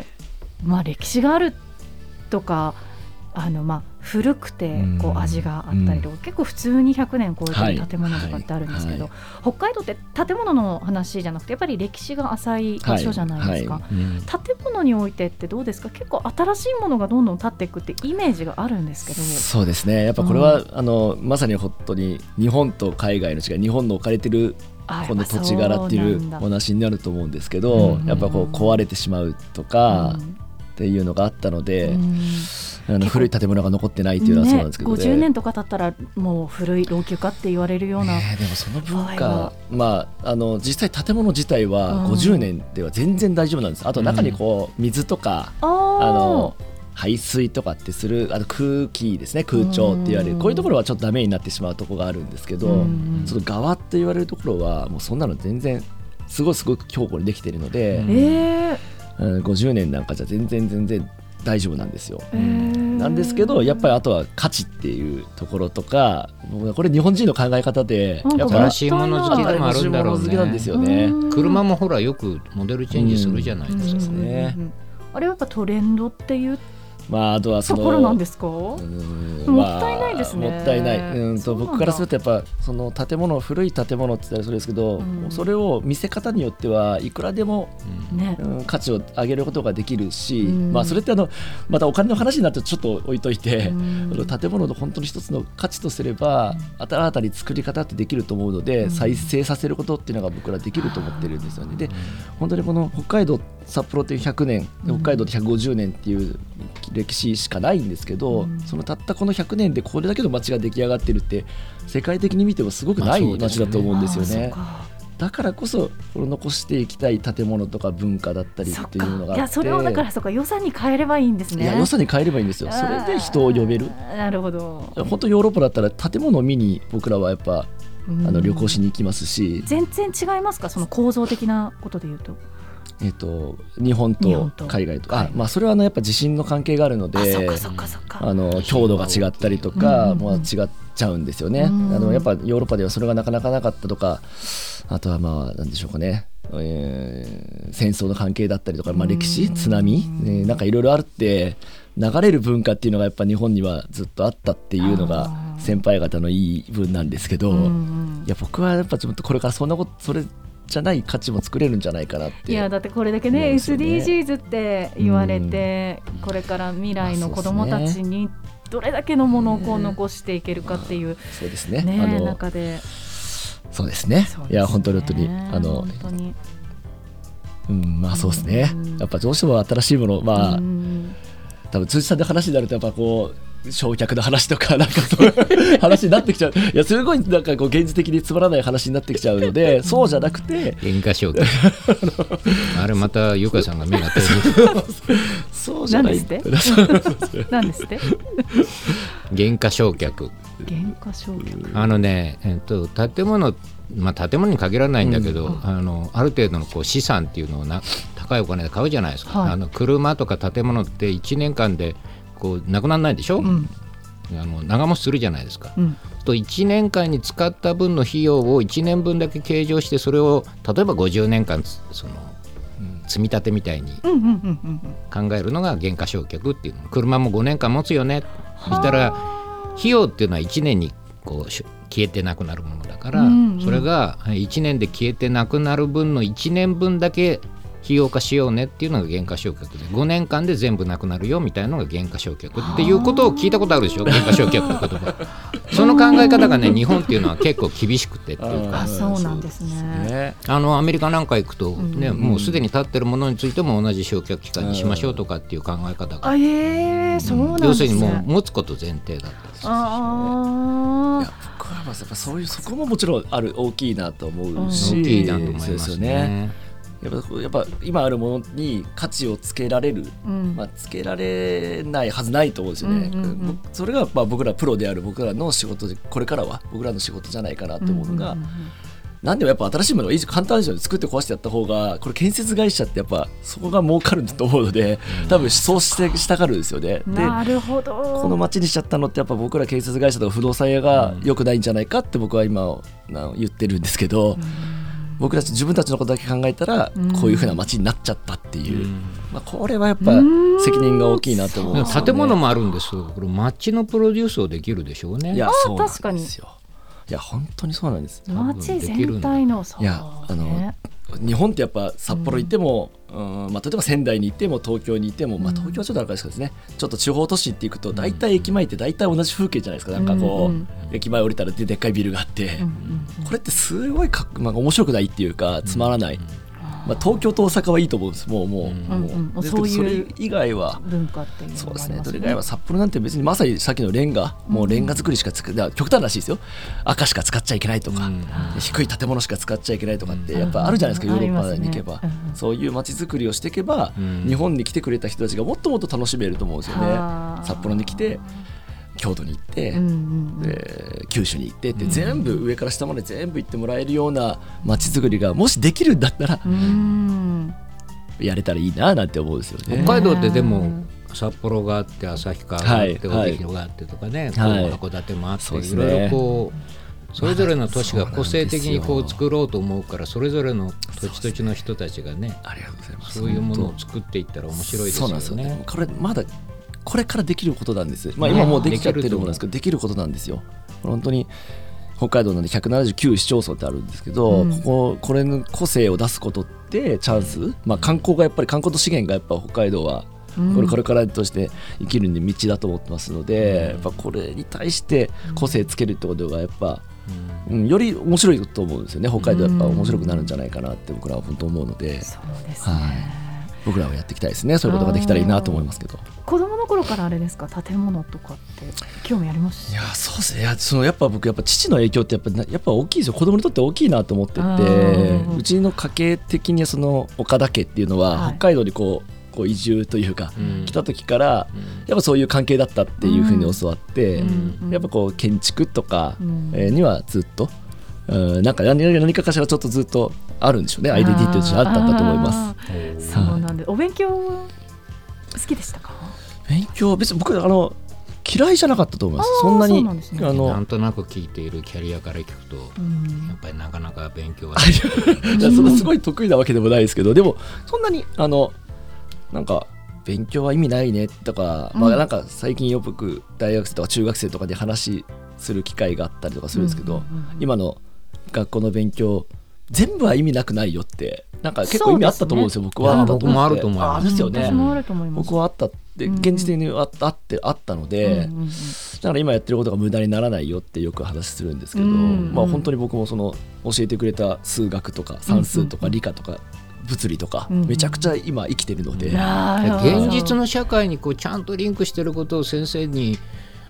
E: まあ、歴史があるとかあの、まあ、古くてこう味があったりとか、うん、結構普通にひゃくねん超えてる建物とかってあるんですけど、はいはいはい、北海道って建物の話じゃなくてやっぱり歴史が浅い場所じゃないですか、はいはいうん、建物においてってどうですか？結構新しいものがどんどん建っていくってイメージがあるんですけど。
D: そうですね、やっぱこれは、うん、あのまさに本当に日本と海外の違い、日本の置かれてるこの土地柄っていうお話になると思うんですけど、やっぱこう壊れてしまうとかっていうのがあったので、うん、あの古い建物が残ってないっていうのはそうなんですけど、ね、
E: ごじゅうねんとか経ったらもう古い老朽化って言われるような、
D: ね、でもその文化、まあ、あの実際建物自体はごじゅうねんでは全然大丈夫なんです。あと中にこう水とか、うん、あの排水とかってするあの空気ですね、空調って言われるこういうところはちょっとダメになってしまうところがあるんですけど、その側って言われるところはもうそんなの全然すごいすごく強固にできているので、えー、ごじゅうねんなんかじゃ全然全然大丈夫なんですよ、えー、なんですけどやっぱりあとは価値っていうところとか、これ日本人の考え方で
C: やっぱ新しいもの好きでもあるんだろうね。
D: 好きなんですよね。
C: 車もほらよくモデルチェンジするじゃないですか、ね、
E: あれはやっぱトレンドっていう
D: まあ、あとはその
E: ところなんですか？もったいないですね。
D: もったいない、うん、と僕からするとやっぱその建物古い建物って言ったらそれですけど、うん、それを見せ方によってはいくらでも、ねうん、価値を上げることができるし、うんまあ、それってあのまたお金の話になるとちょっと置いといて、うん、建物の本当に一つの価値とすれば新たに作り方ってできると思うので、うん、再生させることっていうのが僕らできると思ってるんですよね。で本当にこの北海道札幌というひゃくねん、北海道でひゃくごじゅうねんっていう歴史しかないんですけど、うん、そのたったこのひゃくねんでこれだけの街が出来上がってるって世界的に見てもすごくない街だと思うんですよね。だからこそこれ残していきたい建物とか文化だったりっていうのがあって、
E: いやそれをだからそうか予算に変えればいいんですね。
D: いや予算に変えればいいんですよ。それで人を呼べる。
E: なるほど。
D: 本当ヨーロッパだったら建物を見に僕らはやっぱあの旅行しに行きますし、
E: 全然違いますか、その構造的なことでいうと。
D: えー、と日本と海外とか、あ、まあ、それはあのやっぱ地震の関係があるので、あの強度が違ったりとか、うん、もう違っちゃうんですよね、うん、あのやっぱヨーロッパではそれがなかなかなかったとか、あとはまあ何でしょうかね、えー、戦争の関係だったりとか、まあ、歴史、津波、ね、なんかいろいろあるって流れる文化っていうのがやっぱ日本にはずっとあったっていうのが先輩方のいい分なんですけど、いや僕はやっぱちょっとこれからそんなことそれじゃない価値も作れるんじゃないかなって。
E: いやだってこれだけね エスディージーズ って言われて、うん、これから未来の子どもたちにどれだけのものをこう残していけるかっていう、
D: そうですね、
E: ね、
D: あの
E: 中で
D: そうですね、そうですね、いや本当に本当にあの
E: 本当に、
D: うん、まあそうですね、やっぱどうしても新しいもの、まあ多分通知さんで話になるとやっぱこう焼却の話とかなんかそういう話になってきちゃう。いやすごいなんかこう現実的につまらない話になってきちゃうので、そうじゃなくて
C: 原価償却あれまたゆかさんが目が遠い
D: そうじゃない
E: なんですってなんですって
C: 原価償却
E: 原価償却
C: あのね、えっと、建物、まあ、建物に限らないんだけど、うん、あのある程度のこう資産っていうのをな高いお金で買うじゃないですか、はい、あの車とか建物っていちねんかんでこうなくならないでしょ、うん、あの長持ちするじゃないですか、うん、といちねんかんに使った分の費用をいちねんぶんだけ計上して、それを例えばごじゅうねんかんその積み立てみたいに考えるのが原価償却っていうの。車もごねんかん持つよね、そしたら費用っていうのはいちねんにこう消えてなくなるものだから、うんうん、それがいちねんで消えてなくなる分のいちねんぶんだけ費用化しようねっていうのが原価償却で、ごねんかんで全部なくなるよみたいなのが原価償却っていうことを聞いたことあるでしょ、原価償却って言葉その考え方がね日本っていうのは結構厳しくてっていうか、
E: あそうなんですね。
C: あのアメリカなんか行くと、ねうん、もうすでに建ってるものについても同じ焼却期間にしましょうとかっていう考え方が、
E: あ、えー、そうなんですね。
C: 要するにもう持つこと前提だったりする。
E: あ
D: いや僕はやっぱそういうそこももちろんある大きいなと思うし、
C: 大きいなと思いますね。
D: やっぱ、やっぱ今あるものに価値をつけられる、うんまあ、つけられないはずないと思うんですよね、うんうんうん、それがまあ僕らプロである僕らの仕事で、これからは僕らの仕事じゃないかなと思うのが、うんうんうん、なんでもやっぱ新しいものを簡単ですよね。作って壊してやった方が、これ建設会社ってやっぱそこが儲かるんだと思うので、多分そうしてしたがるんですよね。で
E: なるほど。
D: この街にしちゃったのってやっぱ僕ら建設会社とか不動産屋が良くないんじゃないかって僕は今言ってるんですけど、うん僕たち自分たちのことだけ考えたらこういう風な街になっちゃったっていう、うんまあ、これはやっぱ責任が大きいなと思うんですよね。
C: 建物もあるんですよ。これ街のプロデュースをできるでしょうね。
D: いやそうなんですよ。いや本当にそうなんです。
E: 街全体のさ、
D: いやあの日本ってやっぱ札幌行っても、うんうんまあ、例えば仙台に行っても東京に行っても、まあ、東京はちょっとあれですけどね、うん、ちょっと地方都市って行くと大体駅前って大体同じ風景じゃないですか。なんかこう、うんうん、駅前降りたらででっかいビルがあって、うんうん、これってすごいか、まあ、面白くないっていうかつまらない、うんまあ、東京と大阪はいいと思うんです。もうもう、うんもう
E: うん、そういう
D: それ以外は
E: 文化っていうのがありますね。
D: そうですね。それ以外は札幌なんて別にまさにさっきのレンガ、もうレンガ作りしか使う、極端らしいですよ。赤しか使っちゃいけないとか、うん、低い建物しか使っちゃいけないとかってやっぱあるじゃないですか、うん、ヨーロッパに行けば、ねうん、そういう街づくりをしていけば、うん、日本に来てくれた人たちがもっともっと楽しめると思うんですよね。札幌に来て京都に行って、うんうんうんで九州に行ってって全部上から下まで全部行ってもらえるような街づくりがもしできるんだったら、うん、やれたらいいななんて思うんですよね。
C: 北海道ってでも札幌があって旭川があって帯広があってとかね、はい、函館もあって、はい、いろいろこうそれぞれの都市が個性的にこう作ろうと思うから、それぞれの土地土地の人たちがね、
D: ありがとうございます。
C: そういうものを作っていったら面白いですよね。
D: そうなんですよね。これまだこれからできることなんです、まあ、今もうできちゃってるものなんですけど、できることなんですよ。本当に北海道なんでひゃくななじゅうきゅう市町村ってあるんですけど、うん、こここれの個性を出すことってチャンス、まあ、観光がやっぱり観光と資源がやっぱ北海道はこれこれからとして生きるに道だと思ってますので、やっぱこれに対して個性つけるってことがやっぱ、うん、より面白いと思うんですよね。北海道やっぱ面白くなるんじゃないかなって僕らは本当思うので、
E: そうですね、
D: はい、僕らはやっていきたいですね。そういうことができたらいいなと思いますけど。
E: 子供の頃からあれですか、建物とかって興味あります？
D: いやそうですね。いやそのやっぱ僕やっぱ父の影響ってやっぱやっぱ大きいですよ。子供にとって大きいなと思ってて、うちの家系的にその岡田家っていうのは北海道にこう、はいこう移住というか、うん、来た時から、うん、やっぱそういう関係だったっていうふうに教わって、うん、やっぱこう建築とか、うんえー、にはずっと、うん、なんか 何, 何かかしらちょっとずっとあるんでしょうね。アイデンティティとしてあったんだと思います。
E: そうなんで、お勉強好きでしたか？
D: 勉強別に僕あの嫌いじゃなかったと思います。そんなに
C: な,、ね、あのなんとなく聞いているキャリアから聞くと、うん、やっぱりなかなか勉強は
D: そのすごい得意なわけでもないですけど、でもそんなにあのなんか勉強は意味ないねとか、うんまあ、なんか最近よく大学生とか中学生とかで話する機会があったりとかするんですけど、うんうんうん、今の学校の勉強全部は意味なくないよってなんか結構意味あったと思うんですよ。僕は
C: 僕もあると思います。
D: あですよね。
E: 私もあると思います。
D: 僕はあったって現実的に あ, あってあったので、うんうんうん、だから今やってることが無駄にならないよってよく話するんですけど、うんうんまあ、本当に僕もその教えてくれた数学とか算数とか理科とか物理とかめちゃくちゃ今生きてるので、うんうん、
C: 現実の社会にこうちゃんとリンクしてることを先生に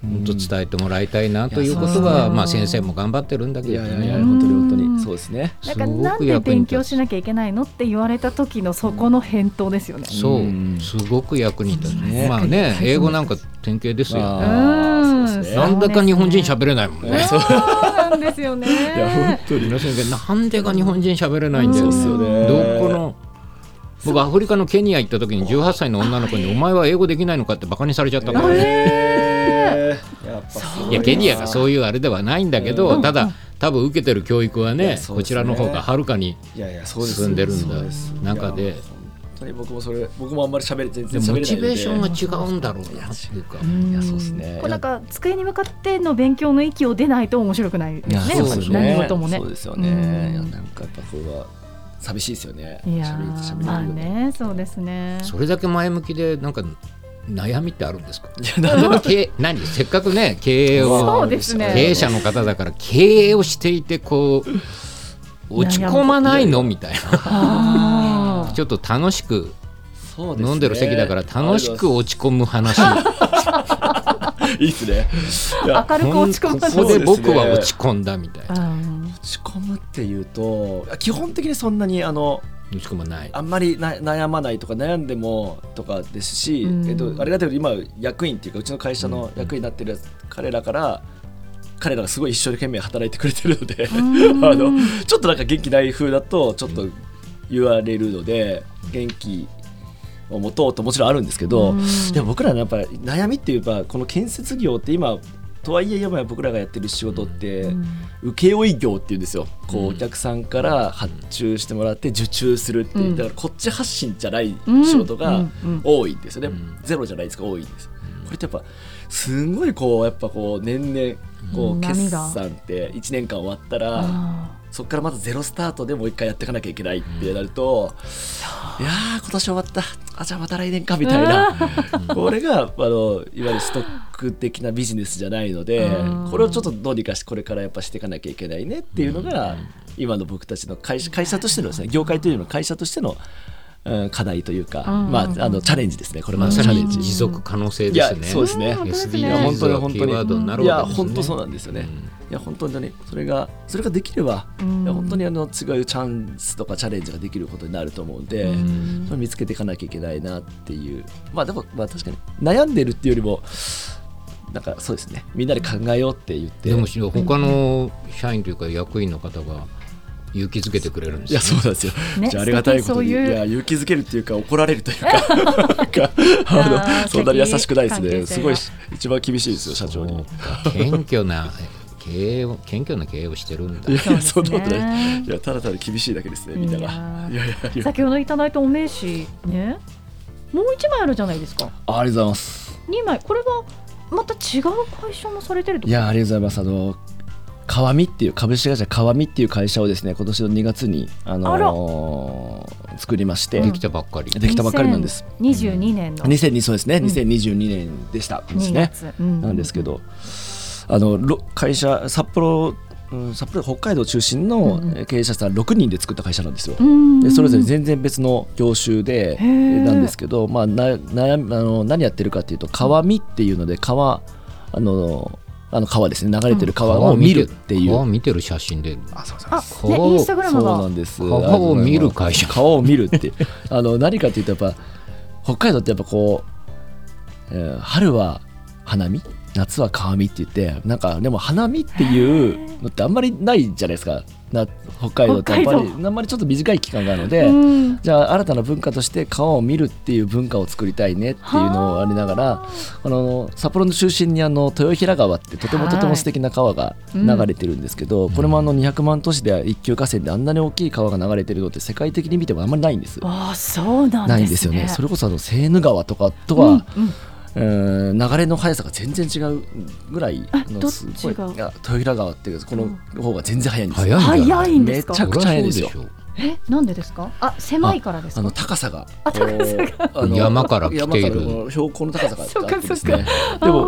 C: 本当伝えてもらいたいなということは、まあ、先生も頑張ってるんだけどね。
D: いやいやいや本当に本当にそうですね。
E: なんかなんで勉強しなきゃいけないのって言われた時のそこの返答ですよね。
C: そうすごく役に立つ、ね、まあね英語なんか典型ですよね。なんだか日本人喋れないもんね。
E: そうなんですよね。
D: いや本当に
C: なんでか日本人喋れないんだよね。どこの僕アフリカのケニア行った時にじゅうはっさいの女の子にお前は英語できないのかってバカにされちゃったからね。いやケニアがそういうあれではないんだけど、ただ多分受けてる教育はねこちらの方がはるかに進んでるんだ中で、
D: 本当に僕もそれ僕もあんまり喋れ全然喋れないので
C: モチベーションが違うんだろうなっていうか、
D: いやそうですね。
E: こうなんか机に向かっての勉強の域を出ないと面白くないですね。やっぱり何事もね。
D: そうですよね。いやなんかやっぱこれは寂しいですよね。
E: いやまあねそうですね。
C: それだけ前向きでなんか悩みってあるんですか。何せっかくね経営を
E: そうですね、
C: 経営者の方だから経営をしていてこう落ち込まないのみたいなちょっと楽しく飲んでる席だから楽しく落ち込む話
D: いいですね。
E: 明るく落ち込む話
C: ここで僕は落ち込んだみたいな。
D: 落ち込むっていうと基本的にそんなにあの
C: 落ち込まない、
D: あんまりな悩まないとか悩んでもとかですし、うんえっと、あれが今役員っていうかうちの会社の役員になってる彼らから彼らがすごい一生懸命働いてくれてるのであのちょっとなんか元気ない風だとちょっと言われるので元気を持とうともちろんあるんですけど、でも僕らのやっぱり悩みっていうかこの建設業って今とはいえ今僕らがやってる仕事って請負業っていうんですよ。こうお客さんから発注してもらって受注するっていう、だからこっち発信じゃない仕事が多いんですよね。ゼロじゃないですか多いんです。これってやっぱすごいこうやっぱこう年々こう決算っていちねんかん終わったらそこからまたゼロスタートでもう一回やっていかなきゃいけないってなると、いやー今年終わった、あじゃあまた来年かみたいなこれがあのいわゆるストック的なビジネスじゃないので、これをちょっとどうにかしてこれからやっぱしていかなきゃいけないねっていうのが今の僕たちの会社、会社としてのですね、業界というの会社としてのうん、課題というか、まあ、あのチャレンジですね。これまさに
C: 持続可能性ですね。
D: いやそうですね。
C: エスディージーズ はキーワードになるわけですね。いや本当そうなんですよね。うん、いや本当にそれがそれができれば、うん、いや本当にあの違うチャンスとかチャレンジができることになると思うんで、うん、それ見つけていかなきゃいけないなっていう。まあでもまあ確かに悩んでるっていうよりも。なんかそうですね。みんなで考えようって言って。 でも他の社員というか役員の方が。勇気づけてくれるんですよ、ね、
D: いやそうなんですよ、ね、じゃあありがたいことにいや勇気づけるっていうか怒られるというかなんかあのそんなに優しくないですね。すごい一番厳しいですよ社長に。
C: 謙虚な経営を謙虚な経営をしてるんだ。
D: いやいやそんなことない。いやただただ厳しいだけですねみんなが。いやいやいや
E: 先ほどいただいたお名刺ねもう一枚あるじゃないですか。
D: あ, ありがとうございます。
E: にまいこれはまた違う会社もされてると。
D: いやありがとうございます。あの川見っていう株式会社川見っていう会社をですね今年のにがつに、あのー、作りまして
C: できたばっかり
D: できたばっかりなんです。
E: にじゅうにねんの
D: にせんにそうですね、うん、にせんにじゅうにねんでしたですね、うん、なんですけどあの会社札幌、うん、札幌北海道中心の経営者さんろくにんで作った会社なんですよ、うん、でそれぞれ全然別の業種でなんですけど、まあ、な悩みあの何やってるかっていうと川見っていうので川あのあの川ですね流れてる川を見るっていう、
C: 川を見てる写真で
E: あそうそうねインスタグラムが
D: そうなんです。
C: 川を見る会社
D: 川を見るってあの何かっていうとやっぱ北海道ってやっぱこう、えー、春は花見夏は川見って言ってなんかでも花見っていうのってあんまりないじゃないですか。な北海道ってやっぱりあんまりちょっと短い期間があるので、うん、じゃあ新たな文化として川を見るっていう文化を作りたいねっていうのをありながらあの札幌の中心にあの豊平川ってとてもとても素敵な川が流れてるんですけど、うん、これもあのにひゃくまん都市で一級河川であんなに大きい川が流れてるのって世界的に見てもあんまりないんです。
E: あそうなんですね。
D: ないんですよね。それこそあのセーヌ川とかとは、うんうんえー、流れの速さが全然違うぐらいのすごい豊平川っていうこの方が全然速いんですよ。
E: 速いんですか。
D: めちゃくちゃ速いんですよ。
E: えなんでですか。あ狭いからですか。
D: あの高さが
E: あ高さが
C: 山から来ている
D: 標高の高さがあってですね。でも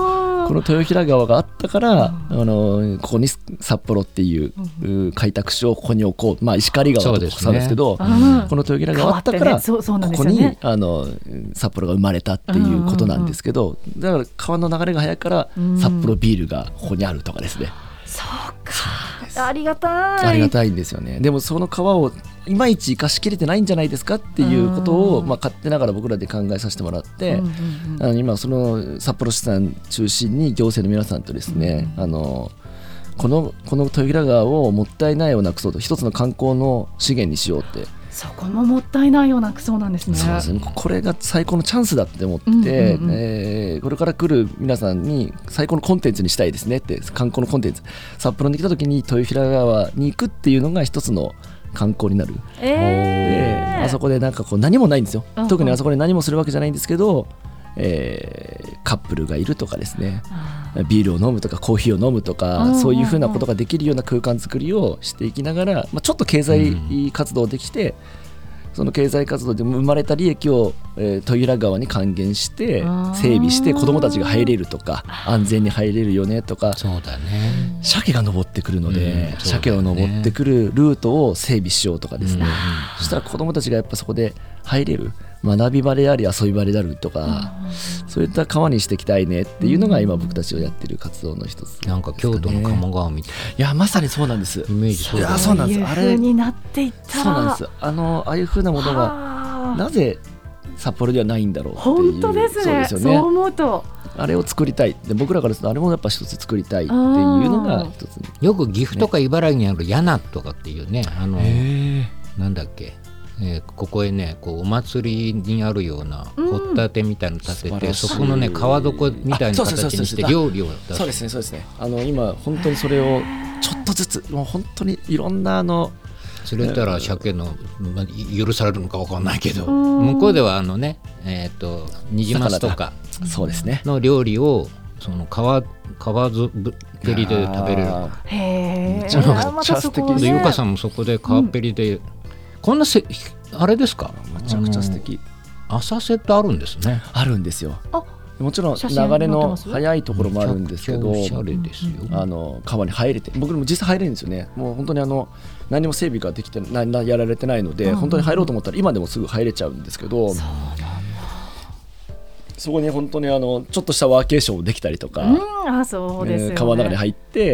D: この豊平川があったから、うん、あのここに札幌っていう、うん、開拓所をここに置こう、まあ、石狩川とかそうですけど、ね、うん、この豊平川があったから、ね、ここにあの札幌が生まれたっていうことなんですけど、うんうん、だから川の流れが速いから札幌ビールがここにあるとかですね、
E: うん、そうか、ありがたい
D: ありがたいんですよね。でもその川をいまいち生かしきれてないんじゃないですかっていうことを、まあ、勝手ながら僕らで考えさせてもらって、うんうんうん、あの今その札幌市さん中心に行政の皆さんとですね、うん、あのこのこの豊平川をもったいないをなくそうと、一つの観光の資源にしようって、
E: そこももったいないをなくそうなんですね。
D: そうですね、これが最高のチャンスだって思って、うんうんうん、えー、これから来る皆さんに最高のコンテンツにしたいですねって、観光のコンテンツ、札幌に来た時に豊平川に行くっていうのが一つの観光になる、えー、であそこでなんかこう何もないんですよ、うんうん、特にあそこで何もするわけじゃないんですけど、えー、カップルがいるとかですね、ビールを飲むとかコーヒーを飲むとか、うんうんうん、そういうふうなことができるような空間作りをしていきながら、まあ、ちょっと経済活動できて、うん、その経済活動で生まれた利益を、えー、豊平川に還元して整備して子どもたちが入れるとか安全に入れるよねとか、
C: そうだね、
D: 鮭が登ってくるので、うんね、鮭を登ってくるルートを整備しようとかですね、うん、そしたら子どもたちがやっぱそこで入れる、学び場であり遊び場であるとか、うん、そういった川にしていきたいねっていうのが今僕たちをやってる活動の一つ、ね、
C: なんか京都の鴨川みたいな、
D: いやまさにそうなんです。
C: イメージそう
E: だ、ね、そうなんです。あれ風になっていったら、
D: そうなんです。あのああいう風なものがなぜ札幌ではないんだろうっていう。
E: 本当ですね。そうですよね。そう思うと
D: あれを作りたいで、僕らからするとあれもやっぱ一つ作りたいっていうのが一つ、ね、
C: よく岐阜とか茨城にある柳とかっていうね、あのなんだっけ、えー、ここへねこうお祭りにあるような掘ったてみたいなの立てて、うん、そこのね川床みたいな形にして料理を出す。
D: そうですね、そうですね、あの今本当にそれをちょっとずつもう本当にいろんなあの
C: 釣れたら鮭の、まあ、許されるのか分かんないけど、向こうではあのね、えー、とニジマスとかの料理をその皮皮ペリで食べれる。
E: へー、
D: めちゃくちゃ素敵
C: で、ゆかさんもそこで皮ペリで、うん、こんなせあれですか、
D: めちゃくちゃ素敵。
C: 浅瀬ってあるんですね。
D: あるんですよ。あ、もちろん流れの速いところもあるんですけど、
C: おしゃれですよ。
D: あの川に入れて、僕も実際入れるんですよね。もう本当にあの何も整備ができてななやられてないので、うん、本当に入ろうと思ったら今でもすぐ入れちゃうんですけど、そうなんだ。そこに本当にあのちょっとしたワーケーションをできたりとか、
E: うん、あ、そうですよね、
D: 川の中に入って、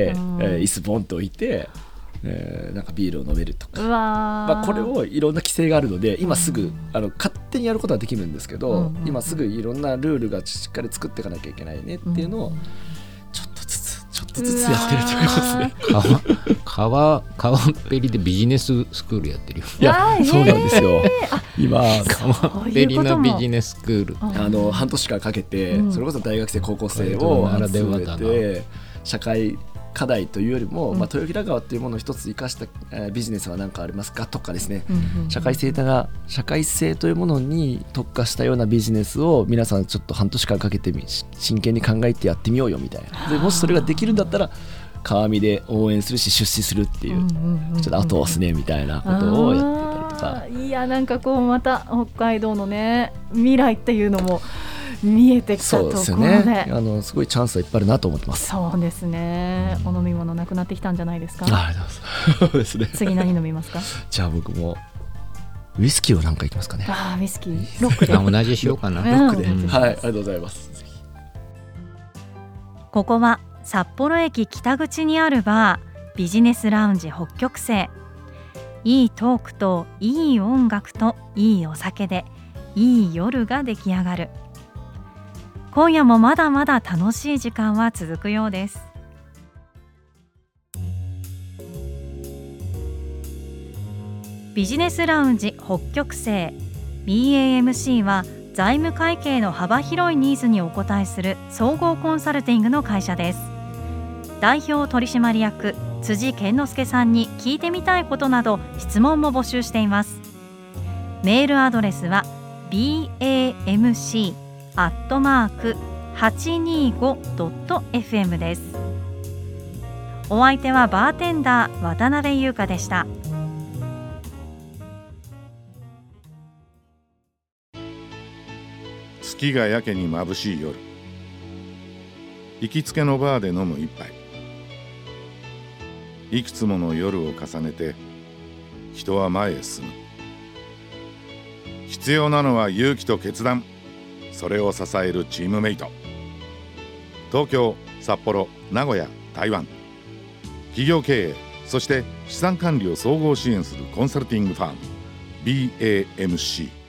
D: うん、えー、椅子ボンと置いて、えー、なんかビールを飲めるとか、
E: うわ、
D: まあ、これをいろんな規制があるので今すぐ、うん、あの勝手にやることはできるんですけど、うんうんうん、今すぐいろんなルールがしっかり作っていかなきゃいけないねっていうのをちょっとずつちょっとずつやってると思いますね。
C: 川川ペリでビジネススクールやってるよ。
D: いや、そうなんですよ。今
C: 川ペリのビジネススクール、
D: あの半年間かけて、うん、それこそ大学生高校生を集めて社会課題というよりも、うん、まあ、豊平川っていうものを一つ生かした、えー、ビジネスは何かありますかとかですね、うんうん、社会性が社会性というものに特化したようなビジネスを皆さんちょっと半年間かけて真剣に考えてやってみようよみたいな。でもしそれができるんだったら川見で応援するし出資するっていう、うんうんうんうん、ちょっと後を押すねみたいなことをやっていたりとか。
E: いや、なんかこうまた北海道のね未来っていうのも見えてきたところ で,
D: そうですね、あのすごいチャンスはいっぱいあるなと思ってます。
E: そうですね、うん、お飲み物なくなってきたんじゃないですか。
D: ありがとうございます。そうですね。
E: 次何飲みますか。
D: じゃあ僕もウイスキーを何かいきますかね。
E: あ、ウイスキーロックで
C: 同じしようかな。
D: ロックで、うん、はい、ありがとうございます。
B: ここは札幌駅北口にあるバービジネスラウンジ北極星。いいトークといい音楽といいお酒でいい夜が出来上がる。今夜もまだまだ楽しい時間は続くようです。ビジネスラウンジ北極星 ビーエーエムシー は財務会計の幅広いニーズにお応えする総合コンサルティングの会社です。代表取締役辻健之介さんに聞いてみたいことなど質問も募集しています。メールアドレスは ビーエーエムシーアットマークはちにーごドットエフエム です。お相手はバーテンダー渡辺優香でした。
F: 月がやけに眩しい夜、 行きつけのバーで飲む一杯。いくつもの夜を重ねて人は前へ進む。必要なのは勇気と決断。それを支えるチームメイト。東京、札幌、名古屋、台湾。企業経営、そして資産管理を総合支援するコンサルティングファーム ビーエーエムシー。